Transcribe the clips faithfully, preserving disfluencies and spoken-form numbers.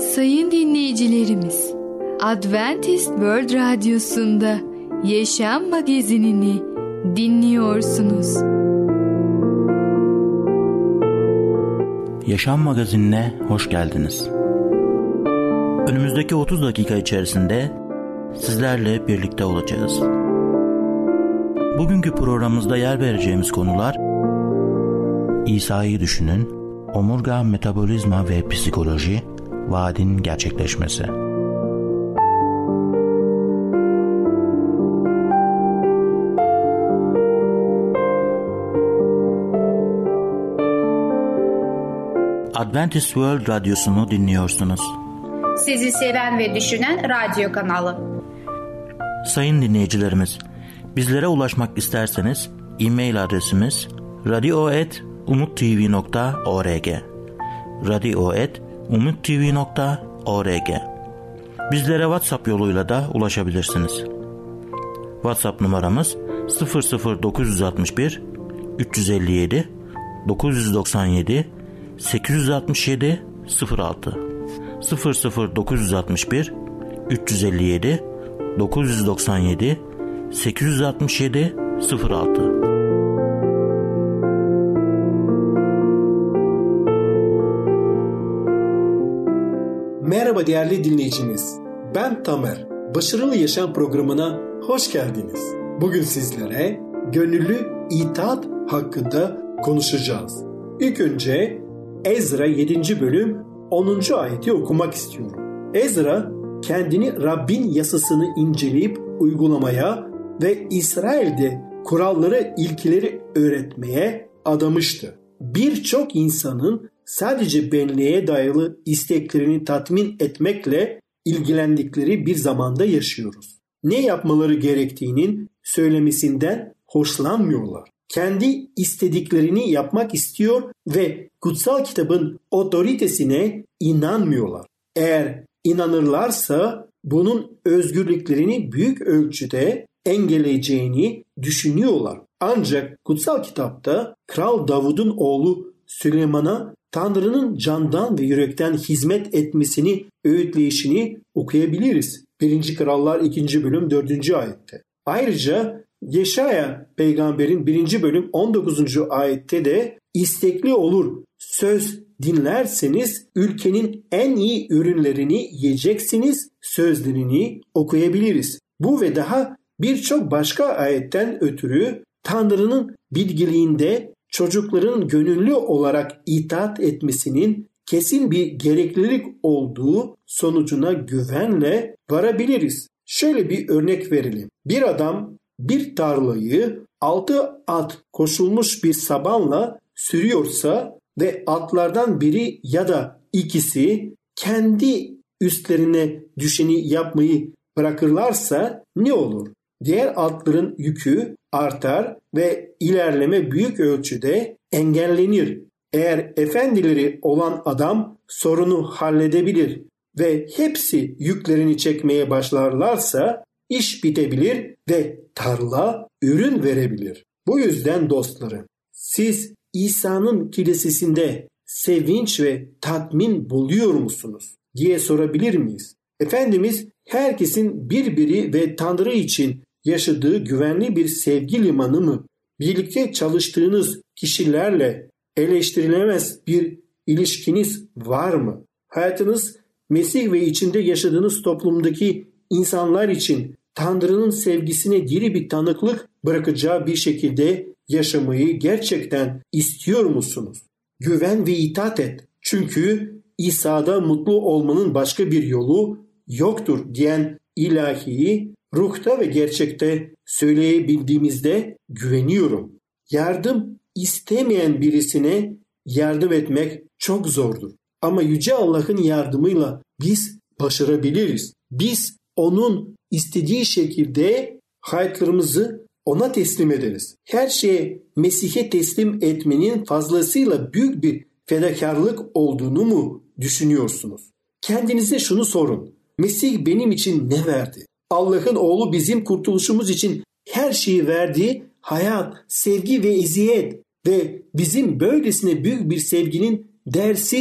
Sayın dinleyicilerimiz, Adventist World Radyosu'nda Yaşam Magazinini dinliyorsunuz. Yaşam Magazinine hoş geldiniz. Önümüzdeki otuz dakika içerisinde sizlerle birlikte olacağız. Bugünkü programımızda yer vereceğimiz konular: İsa'yı düşünün, omurga, metabolizma ve psikoloji, vaadin gerçekleşmesi. Adventist World Radyosu'nu dinliyorsunuz. Sizi seven ve düşünen radyo kanalı. Sayın dinleyicilerimiz, bizlere ulaşmak isterseniz e-mail adresimiz radio et umuttv nokta org radio et umuttv nokta org. Bizlere WhatsApp yoluyla da ulaşabilirsiniz. WhatsApp numaramız sıfır sıfır dokuz altı bir üç elli yedi dokuz doksan yedi sekiz altı yedi sıfır altı sıfır sıfır dokuz altı bir üç elli yedi dokuz doksan yedi sekiz altı yedi sıfır altı. Merhaba değerli dinleyicimiz. Ben Tamer. Başarılı Yaşam programına hoş geldiniz. Bugün sizlere gönüllü itaat hakkında konuşacağız. İlk önce Ezra yedinci bölüm onuncu ayeti okumak istiyorum. Ezra kendini Rabbin yasasını inceleyip uygulamaya ve İsrail'de kuralları, ilkeleri öğretmeye adamıştı. Birçok insanın sadece benliğe dayalı isteklerini tatmin etmekle ilgilendikleri bir zamanda yaşıyoruz. Ne yapmaları gerektiğinin söylemesinden hoşlanmıyorlar. Kendi istediklerini yapmak istiyor ve kutsal kitabın otoritesine inanmıyorlar. Eğer inanırlarsa bunun özgürlüklerini büyük ölçüde engelleyeceğini düşünüyorlar. Ancak kutsal kitapta Kral Davud'un oğlu Süleyman'a Tanrı'nın candan ve yürekten hizmet etmesini, öğütleyişini okuyabiliriz. birinci. Krallar ikinci bölüm dördüncü ayette. Ayrıca Yeşaya peygamberin birinci bölüm on dokuzuncu ayette de istekli olur, söz dinlerseniz ülkenin en iyi ürünlerini yiyeceksiniz sözlerini okuyabiliriz. Bu ve daha birçok başka ayetten ötürü Tanrı'nın bilgiliğinde çocukların gönüllü olarak itaat etmesinin kesin bir gereklilik olduğu sonucuna güvenle varabiliriz. Şöyle bir örnek verelim. Bir adam bir tarlayı altı at koşulmuş bir sabanla sürüyorsa ve atlardan biri ya da ikisi kendi üstlerine düşeni yapmayı bırakırlarsa ne olur? Diğer atların yükü artar ve ilerleme büyük ölçüde engellenir. Eğer efendileri olan adam sorunu halledebilir ve hepsi yüklerini çekmeye başlarlarsa iş bitebilir ve tarla ürün verebilir. Bu yüzden dostlarım, siz İsa'nın kilisesinde sevinç ve tatmin buluyor musunuz diye sorabilir miyiz? Efendimiz herkesin birbiri ve Tanrı için yaşadığı güvenli bir sevgi limanı mı? Birlikte çalıştığınız kişilerle eleştirilemez bir ilişkiniz var mı? Hayatınız Mesih ve içinde yaşadığınız toplumdaki insanlar için Tanrı'nın sevgisine diri bir tanıklık bırakacağı bir şekilde yaşamayı gerçekten istiyor musunuz? Güven ve itaat et. Çünkü İsa'da mutlu olmanın başka bir yolu yoktur diyen ilahiyi ruhta ve gerçekte söyleyebildiğimizde güveniyorum. Yardım istemeyen birisine yardım etmek çok zordur. Ama Yüce Allah'ın yardımıyla biz başarabiliriz. Biz onun istediği şekilde hayatlarımızı ona teslim ederiz. Her şeye Mesih'e teslim etmenin fazlasıyla büyük bir fedakarlık olduğunu mu düşünüyorsunuz? Kendinize şunu sorun. Mesih benim için ne verdi? Allah'ın oğlu bizim kurtuluşumuz için her şeyi verdi. Hayat, sevgi ve eziyet ve bizim böylesine büyük bir sevginin değersiz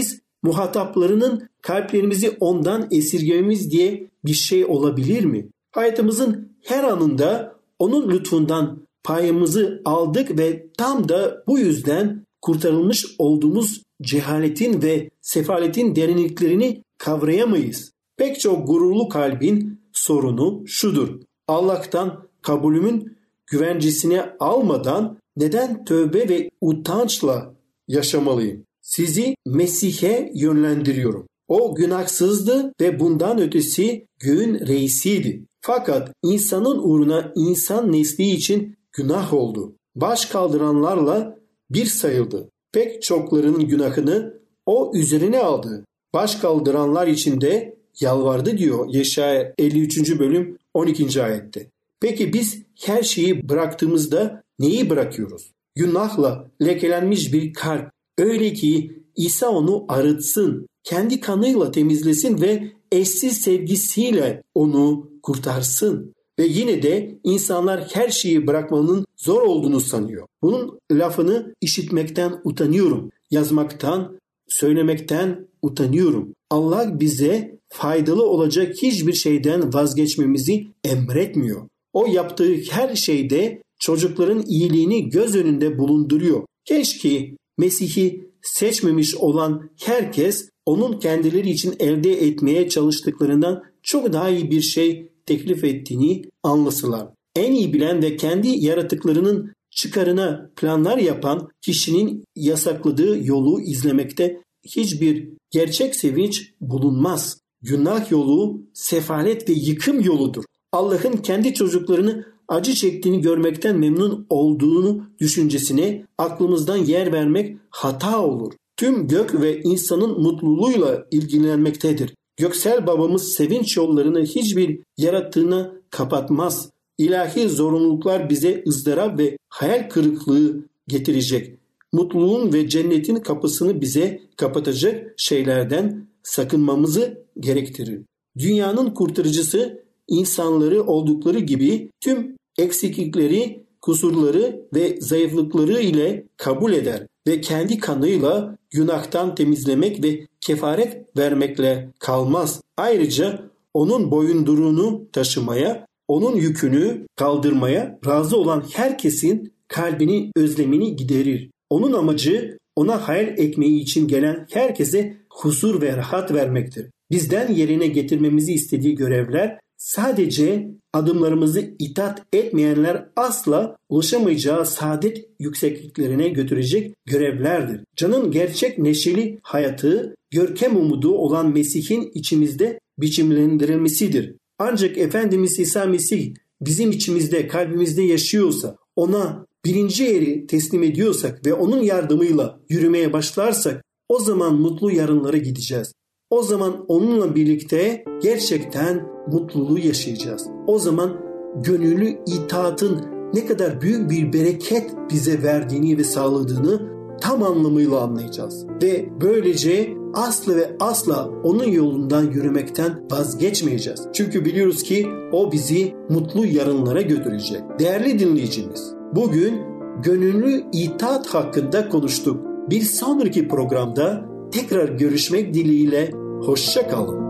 muhataplarının kalplerimizi ondan esirgememiz diye bir şey olabilir mi? Hayatımızın her anında onun lütfundan payımızı aldık ve tam da bu yüzden kurtarılmış olduğumuz cehaletin ve sefaletin derinliklerini kavrayamayız. Pek çok gururlu kalbin sorunu şudur: Allah'tan kabulümün güvencesine almadan neden tövbe ve utançla yaşamalıyım? Sizi Mesih'e yönlendiriyorum. O günahsızdı ve bundan ötesi göğün reisiydi. Fakat insanın uğruna insan nesli için günah oldu. Baş kaldıranlarla bir sayıldı. Pek çoklarının günahını o üzerine aldı. Baş kaldıranlar için de yalvardı diyor Yeşaya elli üçüncü bölüm on ikinci ayette. Peki biz her şeyi bıraktığımızda neyi bırakıyoruz? Günahla lekelenmiş bir kalp, öyle ki İsa onu arıtsın, kendi kanıyla temizlesin ve eşsiz sevgisiyle onu kurtarsın. Ve yine de insanlar her şeyi bırakmanın zor olduğunu sanıyor. Bunun lafını işitmekten utanıyorum, yazmaktan, söylemekten utanıyorum. Allah bize faydalı olacak hiçbir şeyden vazgeçmemizi emretmiyor. O yaptığı her şeyde çocukların iyiliğini göz önünde bulunduruyor. Keşke Mesih'i seçmemiş olan herkes onun kendileri için elde etmeye çalıştıklarından çok daha iyi bir şey teklif ettiğini anlasılar. En iyi bilen ve kendi yaratıklarının çıkarına planlar yapan kişinin yasakladığı yolu izlemekte hiçbir gerçek sevinç bulunmaz. Günah yolu sefalet ve yıkım yoludur. Allah'ın kendi çocuklarını acı çektiğini görmekten memnun olduğunu düşüncesine aklımızdan yer vermek hata olur. Tüm gök ve insanın mutluluğuyla ilgilenmektedir. Göksel babamız sevinç yollarını hiçbir yarattığına kapatmaz. İlahi zorunluluklar bize ızdırap ve hayal kırıklığı getirecek. Mutluluğun ve cennetin kapısını bize kapatacak şeylerden sakınmamızı gerektirir. Dünyanın kurtarıcısı insanları oldukları gibi tüm eksiklikleri, kusurları ve zayıflıkları ile kabul eder ve kendi kanıyla günahtan temizlemek ve kefaret vermekle kalmaz. Ayrıca onun boyunduruğunu taşımaya, onun yükünü kaldırmaya razı olan herkesin kalbini, özlemini giderir. Onun amacı ona hayal ekmeği için gelen herkese huzur ve rahat vermektir. Bizden yerine getirmemizi istediği görevler sadece adımlarımızı itaat etmeyenler asla ulaşamayacağı saadet yüksekliklerine götürecek görevlerdir. Canın gerçek neşeli hayatı, görkem umudu olan Mesih'in içimizde biçimlendirilmesidir. Ancak Efendimiz İsa Mesih bizim içimizde, kalbimizde yaşıyorsa, ona birinci yeri teslim ediyorsak ve onun yardımıyla yürümeye başlarsak, o zaman mutlu yarınlara gideceğiz. O zaman onunla birlikte gerçekten mutluluğu yaşayacağız. O zaman gönüllü itaatın ne kadar büyük bir bereket bize verdiğini ve sağladığını tam anlamıyla anlayacağız. Ve böylece asla ve asla onun yolundan yürümekten vazgeçmeyeceğiz. Çünkü biliyoruz ki o bizi mutlu yarınlara götürecek. Değerli dinleyicimiz, bugün gönüllü itaat hakkında konuştuk. Bir sonraki programda tekrar görüşmek dileğiyle, hoşça kalın.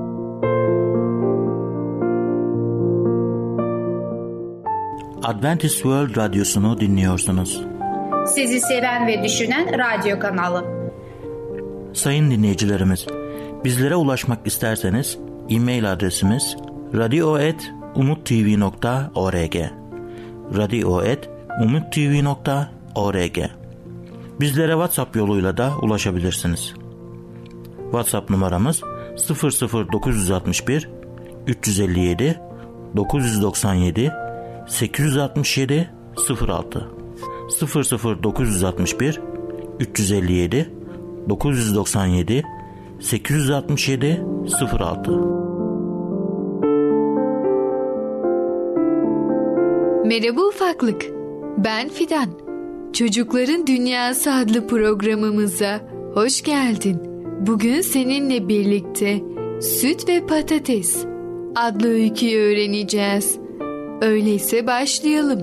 Adventist World Radyosu'nu dinliyorsunuz. Sizi seven ve düşünen radyo kanalı. Sayın dinleyicilerimiz, bizlere ulaşmak isterseniz e-mail adresimiz radio et umuttv nokta org radio et umuttv nokta org. Bizlere WhatsApp yoluyla da ulaşabilirsiniz. WhatsApp numaramız sıfır sıfır dokuz altı bir üç elli yedi dokuz doksan yedi sekiz altı yedi sıfır altı sıfır sıfır dokuz altı bir üç elli yedi dokuz doksan yedi sekiz altı yedi sıfır altı. Merhaba ufaklık. Ben Fidan. Çocukların Dünyası adlı programımıza hoş geldin. Bugün seninle birlikte Süt ve Patates adlı öyküyü öğreneceğiz. Öyleyse başlayalım.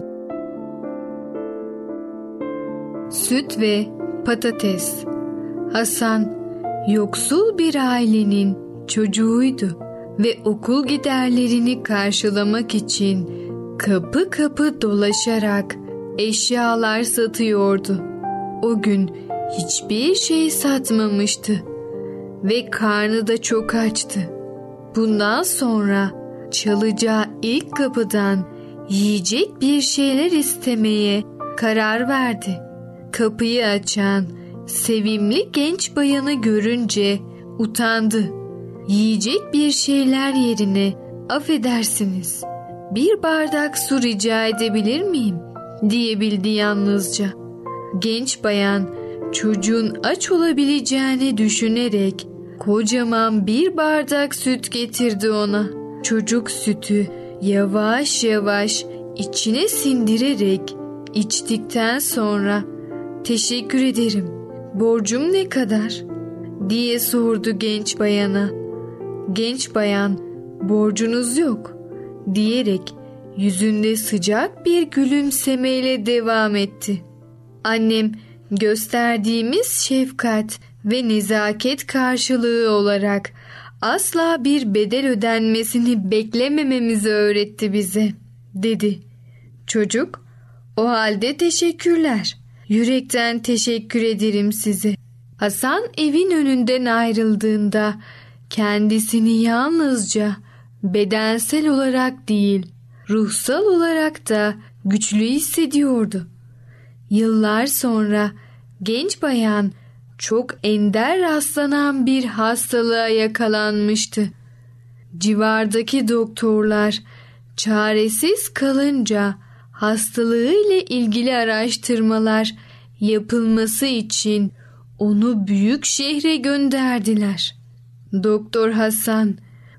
Süt ve Patates. Hasan yoksul bir ailenin çocuğuydu ve okul giderlerini karşılamak için kapı kapı dolaşarak eşyalar satıyordu. O gün hiçbir şey satmamıştı ve karnı da çok açtı. Bundan sonra çalacağı ilk kapıdan yiyecek bir şeyler istemeye karar verdi. Kapıyı açan sevimli genç bayanı görünce utandı. Yiyecek bir şeyler yerine affedersiniz, bir bardak su rica edebilir miyim diyebildi yalnızca. Genç bayan çocuğun aç olabileceğini düşünerek kocaman bir bardak süt getirdi ona. Çocuk sütü yavaş yavaş içine sindirerek içtikten sonra "Teşekkür ederim, borcum ne kadar?" diye sordu genç bayana. Genç bayan "Borcunuz yok" diyerek yüzünde sıcak bir gülümsemeyle devam etti. Annem gösterdiğimiz şefkat ve nezaket karşılığı olarak asla bir bedel ödenmesini beklemememizi öğretti bize, dedi. Çocuk, "O halde teşekkürler. Yürekten teşekkür ederim size." Hasan evin önünden ayrıldığında kendisini yalnızca bedensel olarak değil, ruhsal olarak da güçlü hissediyordu. Yıllar sonra genç bayan çok ender rastlanan bir hastalığa yakalanmıştı. Civardaki doktorlar çaresiz kalınca hastalığıyla ilgili araştırmalar yapılması için onu büyük şehre gönderdiler. Doktor Hasan,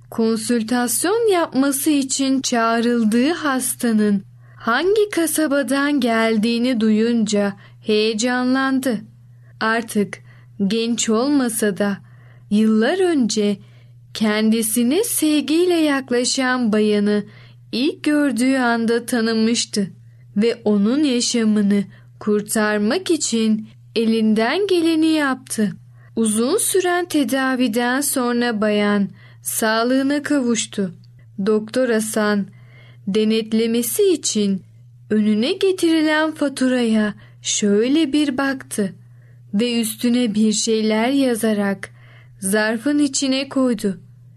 konsültasyon yapması için çağrıldığı hastanın hangi kasabadan geldiğini duyunca heyecanlandı. Artık genç olmasa da yıllar önce kendisine sevgiyle yaklaşan bayanı ilk gördüğü anda tanımıştı ve onun yaşamını kurtarmak için elinden geleni yaptı. Uzun süren tedaviden sonra bayan sağlığına kavuştu. Doktor Hasan denetlemesi için önüne getirilen faturaya şöyle bir baktı ve üstüne bir şeyler yazarak zarfın içine koydu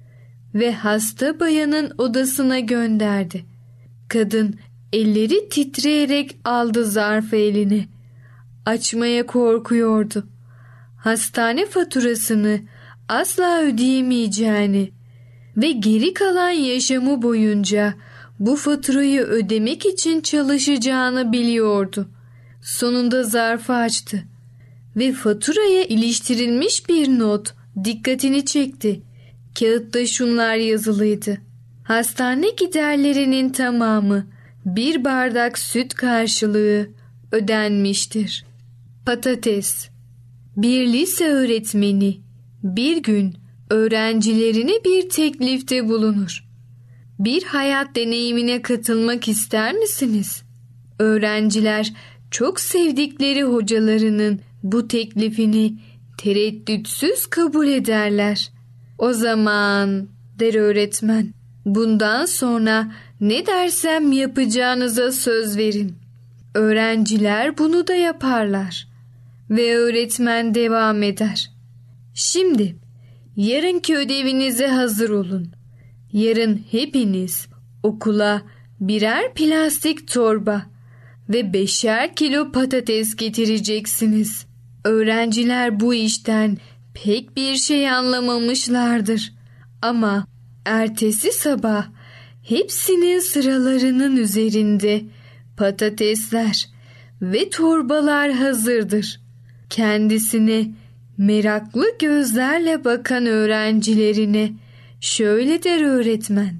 ve hasta bayanın odasına gönderdi. Kadın elleri titreyerek aldı zarfı eline. Açmaya korkuyordu. Hastane faturasını asla ödeyemeyeceğini ve geri kalan yaşamı boyunca bu faturayı ödemek için çalışacağını biliyordu. Sonunda zarfı açtı ve faturaya iliştirilmiş bir not dikkatini çekti. Kağıtta şunlar yazılıydı: hastane giderlerinin tamamı bir bardak süt karşılığı ödenmiştir. Patates. Bir lise öğretmeni bir gün öğrencilerine bir teklifte bulunur. Bir hayat deneyimine katılmak ister misiniz? Öğrenciler çok sevdikleri hocalarının bu teklifini tereddütsüz kabul ederler. "O zaman," der öğretmen, "bundan sonra ne dersem yapacağınıza söz verin." Öğrenciler bunu da yaparlar ve öğretmen devam eder. "Şimdi yarınki ödevinize hazır olun. Yarın hepiniz okula birer plastik torba ve beşer kilo patates getireceksiniz." Öğrenciler bu işten pek bir şey anlamamışlardır. Ama ertesi sabah hepsinin sıralarının üzerinde patatesler ve torbalar hazırdır. Kendisine meraklı gözlerle bakan öğrencilerine şöyle der öğretmen: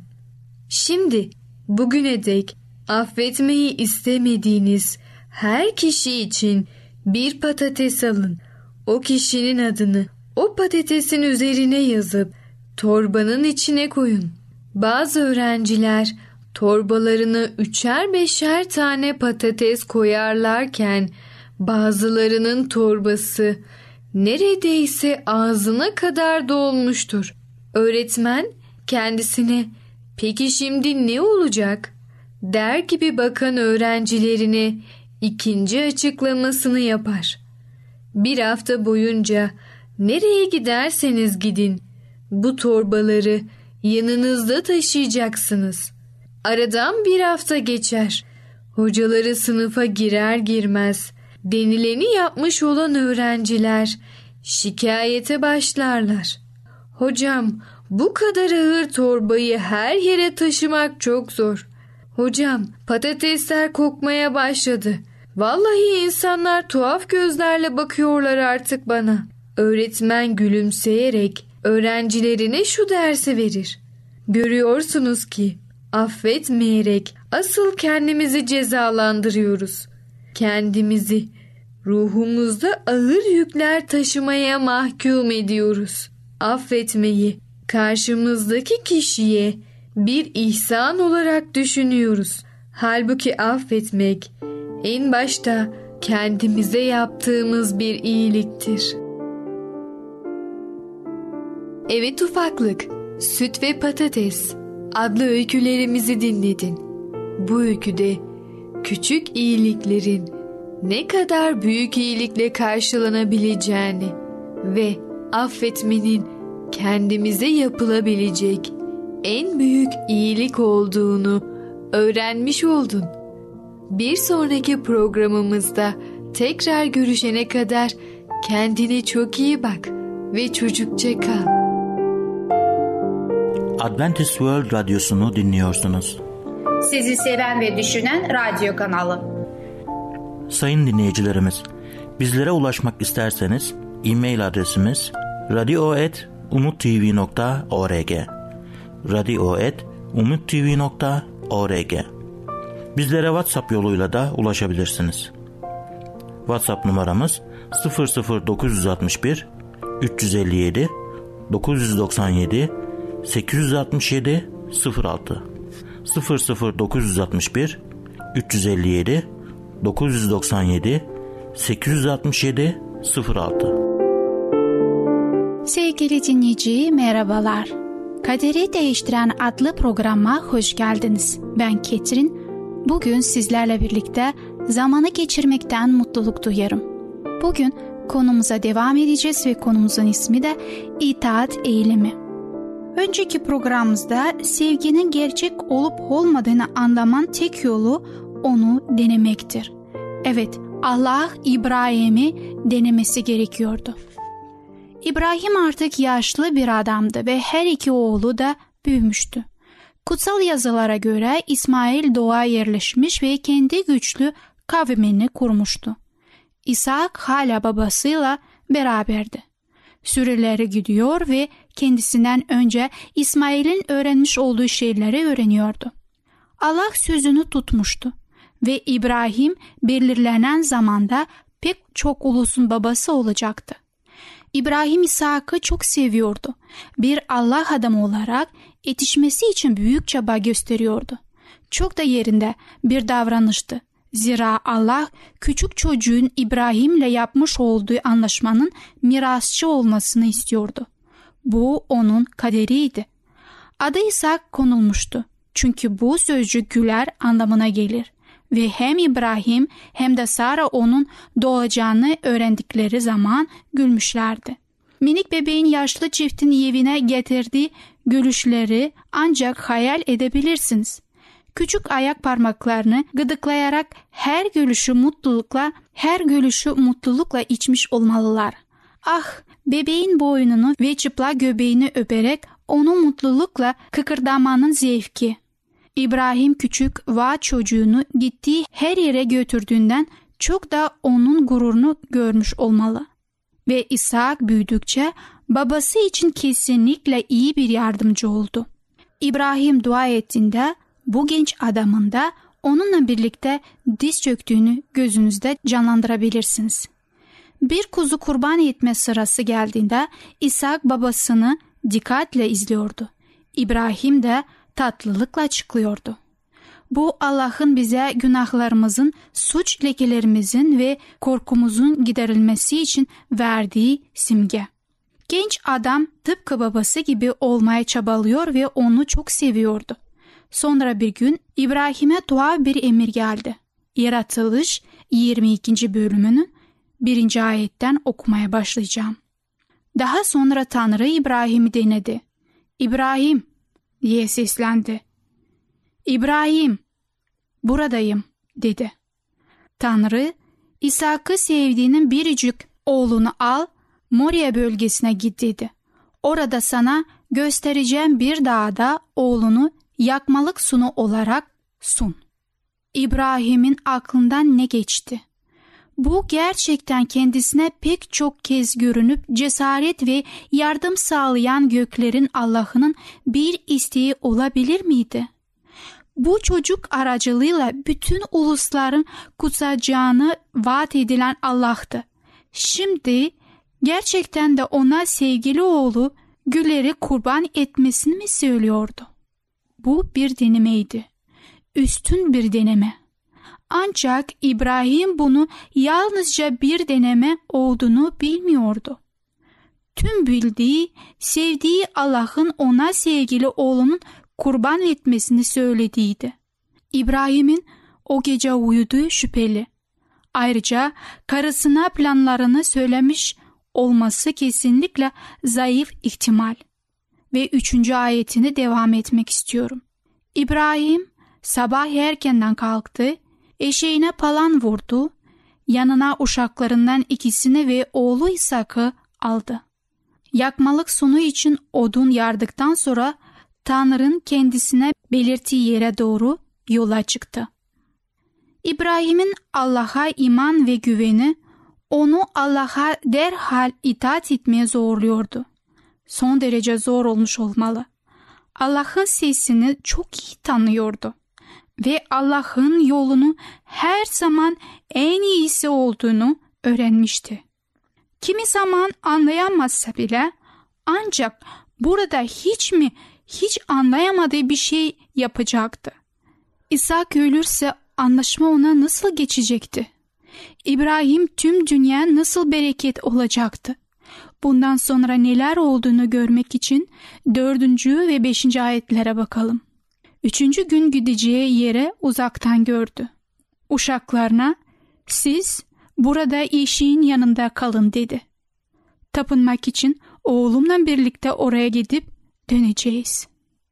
"Şimdi bugüne dek affetmeyi istemediğiniz her kişi için bir patates alın. O kişinin adını o patatesin üzerine yazıp torbanın içine koyun." Bazı öğrenciler torbalarına üçer beşer tane patates koyarlarken bazılarının torbası neredeyse ağzına kadar dolmuştur. Öğretmen kendisine "Peki şimdi ne olacak?" der gibi bakan öğrencilerine ikinci açıklamasını yapar. Bir hafta boyunca nereye giderseniz gidin, bu torbaları yanınızda taşıyacaksınız. Aradan bir hafta geçer. Hocaları sınıfa girer girmez denileni yapmış olan öğrenciler şikayete başlarlar. "Hocam, bu kadar ağır torbayı her yere taşımak çok zor. Hocam, patatesler kokmaya başladı. Vallahi insanlar tuhaf gözlerle bakıyorlar artık bana." Öğretmen gülümseyerek öğrencilerine şu dersi verir: "Görüyorsunuz ki affetmeyerek asıl kendimizi cezalandırıyoruz. Kendimizi ruhumuzda ağır yükler taşımaya mahkum ediyoruz. Affetmeyi karşımızdaki kişiye bir ihsan olarak düşünüyoruz. Halbuki affetmek en başta kendimize yaptığımız bir iyiliktir." Evet ufaklık, Süt ve Patates adlı öykülerimizi dinledin. Bu öyküde küçük iyiliklerin ne kadar büyük iyilikle karşılanabileceğini ve affetmenin kendimize yapılabilecek en büyük iyilik olduğunu öğrenmiş oldun. Bir sonraki programımızda tekrar görüşene kadar kendine çok iyi bak ve çocukça kal. Adventist World Radyosu'nu dinliyorsunuz. Sizi seven ve düşünen radyo kanalı. Sayın dinleyicilerimiz, bizlere ulaşmak isterseniz e-mail adresimiz radio et umuttv nokta org radio et umuttv nokta org. Bizlere WhatsApp yoluyla da ulaşabilirsiniz. WhatsApp numaramız sıfır sıfır dokuz altı bir üç elli yedi dokuz doksan yedi sekiz altı yedi sıfır altı sıfır sıfır dokuz altı bir üç elli yedi dokuz doksan yedi sekiz altı yedi sıfır altı. Sevgili dinleyici, merhabalar. Kaderi Değiştiren adlı programa hoş geldiniz. Ben Ketrin. Bugün sizlerle birlikte zamanı geçirmekten mutluluk duyarım. Bugün konumuza devam edeceğiz ve konumuzun ismi de itaat eylemi. Önceki programımızda sevginin gerçek olup olmadığını anlamanın tek yolu onu denemektir. Evet, Allah İbrahim'i denemesi gerekiyordu. İbrahim artık yaşlı bir adamdı ve her iki oğlu da büyümüştü. Kutsal yazılara göre İsmail doğuya yerleşmiş ve kendi güçlü kavmini kurmuştu. İshak hala babasıyla beraberdi. Süreleri gidiyor ve kendisinden önce İsmail'in öğrenmiş olduğu şeyleri öğreniyordu. Allah sözünü tutmuştu ve İbrahim belirlenen zamanda pek çok ulusun babası olacaktı. İbrahim İshak'ı çok seviyordu. Bir Allah adamı olarak yetişmesi için büyük çaba gösteriyordu. Çok da yerinde bir davranıştı. Zira Allah küçük çocuğun İbrahim'le yapmış olduğu anlaşmanın mirasçı olmasını istiyordu. Bu onun kaderiydi. Adı İshak konulmuştu. Çünkü bu sözcük güler anlamına gelir. Ve hem İbrahim hem de Sara onun doğacağını öğrendikleri zaman gülmüşlerdi. Minik bebeğin yaşlı çiftin evine getirdiği gülüşleri ancak hayal edebilirsiniz. Küçük ayak parmaklarını gıdıklayarak her gülüşü mutlulukla, her gülüşü mutlulukla içmiş olmalılar. Ah, bebeğin boynunu ve çıplak göbeğini öperek onu mutlulukla kıkırdamanın zevki. İbrahim küçük va çocuğunu gittiği her yere götürdüğünden çok da onun gururunu görmüş olmalı. Ve İshak büyüdükçe babası için kesinlikle iyi bir yardımcı oldu. İbrahim dua ettiğinde bu genç adamın da onunla birlikte diz çöktüğünü gözünüzde canlandırabilirsiniz. Bir kuzu kurban etme sırası geldiğinde İshak babasını dikkatle izliyordu. İbrahim de tatlılıkla açıklıyordu. Bu Allah'ın bize günahlarımızın, suç lekelerimizin ve korkumuzun giderilmesi için verdiği simge. Genç adam tıpkı babası gibi olmaya çabalıyor ve onu çok seviyordu. Sonra bir gün İbrahim'e tuhaf bir emir geldi. Yaratılış yirmi ikinci bölümünün birinci ayetten okumaya başlayacağım. Daha sonra Tanrı İbrahim'i denedi. İbrahim diye seslendi. İbrahim, buradayım dedi. Tanrı, İshak'ı sevdiğinin biricik oğlunu al, Moria bölgesine git dedi. Orada sana göstereceğim bir dağda oğlunu yakmalık sunu olarak sun. İbrahim'in aklından ne geçti? Bu gerçekten kendisine pek çok kez görünüp cesaret ve yardım sağlayan göklerin Allah'ının bir isteği olabilir miydi? Bu çocuk aracılığıyla bütün ulusların kutsayacağını vaat edilen Allah'tı. Şimdi gerçekten de ona sevgili oğlu Güler'i kurban etmesini mi söylüyordu? Bu bir denemeydi. Üstün bir deneme. Ancak İbrahim bunu yalnızca bir deneme olduğunu bilmiyordu. Tüm bildiği, sevdiği Allah'ın ona sevgili oğlunun kurban etmesini söylediğiydi. İbrahim'in o gece uyuduğu şüpheli. Ayrıca karısına planlarını söylemiş olması kesinlikle zayıf ihtimal. Ve üçüncü ayetini devam etmek istiyorum. İbrahim sabah erkenden kalktı, eşeğine palan vurdu, yanına uşaklarından ikisini ve oğlu İshak'ı aldı. Yakmalık sunu için odun yardıktan sonra Tanrı'nın kendisine belirttiği yere doğru yola çıktı. İbrahim'in Allah'a iman ve güveni onu Allah'a derhal itaat etmeye zorluyordu. Son derece zor olmuş olmalı. Allah'ın sesini çok iyi tanıyordu ve Allah'ın yolunu her zaman en iyisi olduğunu öğrenmişti. Kimi zaman anlayamazsa bile ancak burada hiç mi hiç anlayamadığı bir şey yapacaktı. İshak ölürse anlaşma ona nasıl geçecekti? İbrahim tüm dünya nasıl bereket olacaktı? Bundan sonra neler olduğunu görmek için dördüncü ve beşinci ayetlere bakalım. Üçüncü gün gideceği yere uzaktan gördü. Uşaklarına, siz burada eşeğin yanında kalın dedi. Tapınmak için oğlumla birlikte oraya gidip döneceğiz.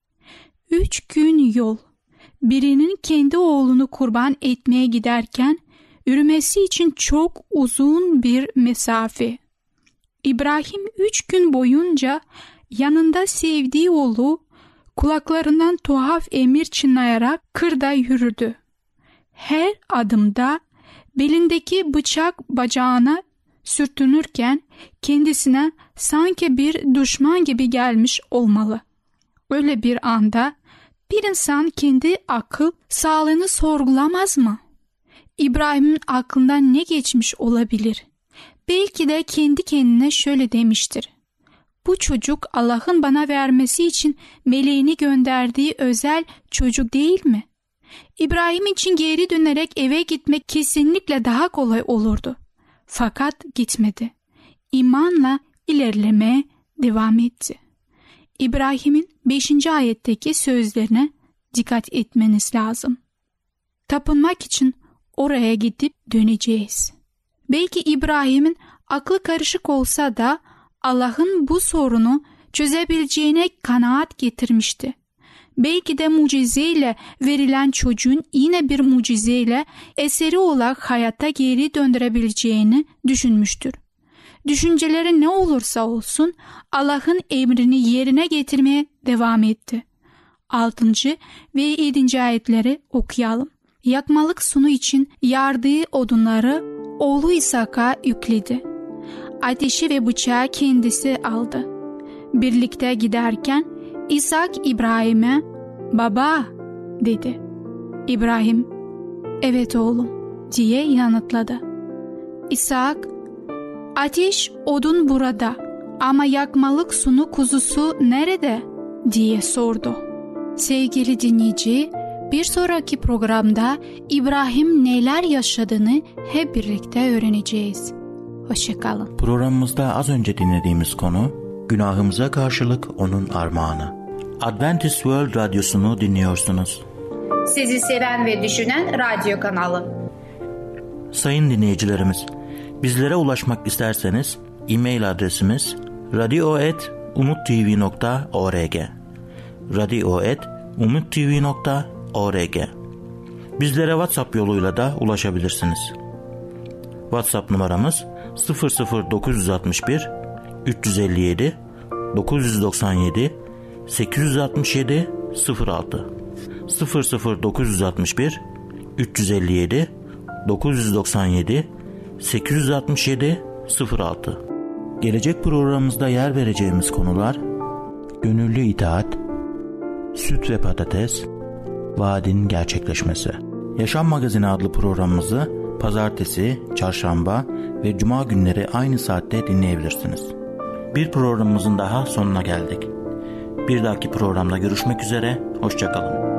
Üç gün yol. Birinin kendi oğlunu kurban etmeye giderken yürümesi için çok uzun bir mesafe. İbrahim üç gün boyunca yanında sevdiği oğlu kulaklarından tuhaf emir çınlayarak kırda yürüdü. Her adımda belindeki bıçak bacağına sürtünürken kendisine sanki bir düşman gibi gelmiş olmalı. Öyle bir anda bir insan kendi akıl sağlığını sorgulamaz mı? İbrahim'in aklından ne geçmiş olabilir? Belki de kendi kendine şöyle demiştir. Bu çocuk Allah'ın bana vermesi için meleğini gönderdiği özel çocuk değil mi? İbrahim için geri dönerek eve gitmek kesinlikle daha kolay olurdu. Fakat gitmedi. İmanla ilerlemeye devam etti. İbrahim'in beşinci ayetteki sözlerine dikkat etmeniz lazım. Tapınmak için oraya gidip döneceğiz. Belki İbrahim'in aklı karışık olsa da Allah'ın bu sorunu çözebileceğine kanaat getirmişti. Belki de mucizeyle verilen çocuğun yine bir mucizeyle eseri olarak hayata geri döndürebileceğini düşünmüştür. Düşünceleri ne olursa olsun Allah'ın emrini yerine getirmeye devam etti. altıncı ve yedinci ayetleri okuyalım. Yakmalık sunu için yardığı odunları oğlu İshak'a yükledi. Ateşi ve bıçağı kendisi aldı. Birlikte giderken İshak İbrahim'e "Baba," dedi. İbrahim, "Evet oğlum," diye yanıtladı. İshak, "Ateş, odun burada ama yakmalık sunu kuzusu nerede?" diye sordu. Sevgili dinleyici, Bir sonraki programda İbrahim neler yaşadığını hep birlikte öğreneceğiz. Hoşçakalın. Programımızda az önce dinlediğimiz konu günahımıza karşılık onun armağanı. Adventist World Radyosu'nu dinliyorsunuz. Sizi seven ve düşünen radyo kanalı. Sayın dinleyicilerimiz, bizlere ulaşmak isterseniz e-mail adresimiz radio et umuttv nokta org radio et umuttv nokta org. Bizlere WhatsApp yoluyla da ulaşabilirsiniz. WhatsApp numaramız sıfır sıfır dokuz altı bir üç elli yedi dokuz doksan yedi sekiz altı yedi sıfır altı sıfır sıfır dokuz altı bir üç elli yedi dokuz doksan yedi sekiz altı yedi sıfır altı. Gelecek programımızda yer vereceğimiz konular gönüllü itaat, süt ve patates, vaadin gerçekleşmesi. Yaşam Magazini adlı programımızı pazartesi, çarşamba ve cuma günleri aynı saatte dinleyebilirsiniz. Bir programımızın daha sonuna geldik. Bir dahaki programda görüşmek üzere, hoşça kalın.